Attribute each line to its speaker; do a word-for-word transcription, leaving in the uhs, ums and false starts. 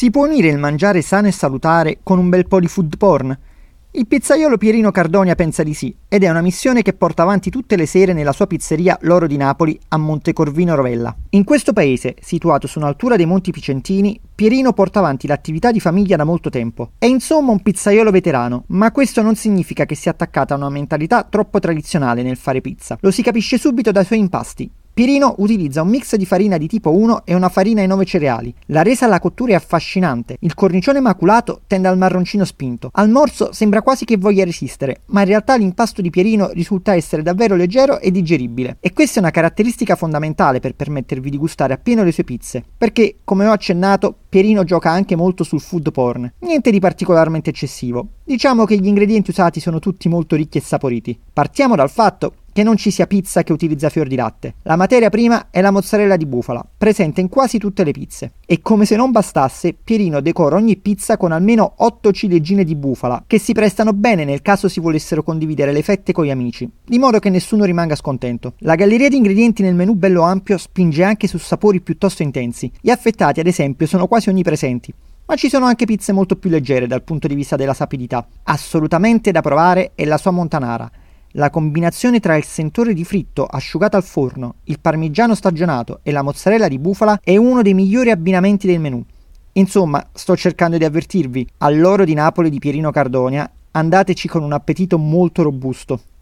Speaker 1: Si può unire il mangiare sano e salutare con un bel po' di food porn? Il pizzaiolo Pierino Cardonia pensa di sì, ed è una missione che porta avanti tutte le sere nella sua pizzeria L'Oro di Napoli a Montecorvino Rovella. In questo paese, situato su un'altura dei Monti Picentini, Pierino porta avanti l'attività di famiglia da molto tempo. È insomma un pizzaiolo veterano, ma questo non significa che sia attaccata a una mentalità troppo tradizionale nel fare pizza. Lo si capisce subito dai suoi impasti. Pierino utilizza un mix di farina di tipo uno e una farina ai nove cereali. La resa alla cottura è affascinante. Il cornicione maculato tende al marroncino spinto. Al morso sembra quasi che voglia resistere, ma in realtà l'impasto di Pierino risulta essere davvero leggero e digeribile. E questa è una caratteristica fondamentale per permettervi di gustare appieno le sue pizze, perché, come ho accennato, Pierino gioca anche molto sul food porn. Niente di particolarmente eccessivo. Diciamo che gli ingredienti usati sono tutti molto ricchi e saporiti. Partiamo dal fatto che non ci sia pizza che utilizza fior di latte. La materia prima è la mozzarella di bufala, presente in quasi tutte le pizze. E come se non bastasse, Pierino decora ogni pizza con almeno otto ciliegine di bufala, che si prestano bene nel caso si volessero condividere le fette con gli amici, di modo che nessuno rimanga scontento. La galleria di ingredienti nel menù bello ampio spinge anche su sapori piuttosto intensi. Gli affettati, ad esempio, sono quasi onnipresenti. Ma ci sono anche pizze molto più leggere dal punto di vista della sapidità. Assolutamente da provare è la sua Montanara. La combinazione tra il sentore di fritto asciugato al forno, il parmigiano stagionato e la mozzarella di bufala è uno dei migliori abbinamenti del menù. Insomma, sto cercando di avvertirvi, all'Oro di Napoli di Pierino Cardonia, andateci con un appetito molto robusto.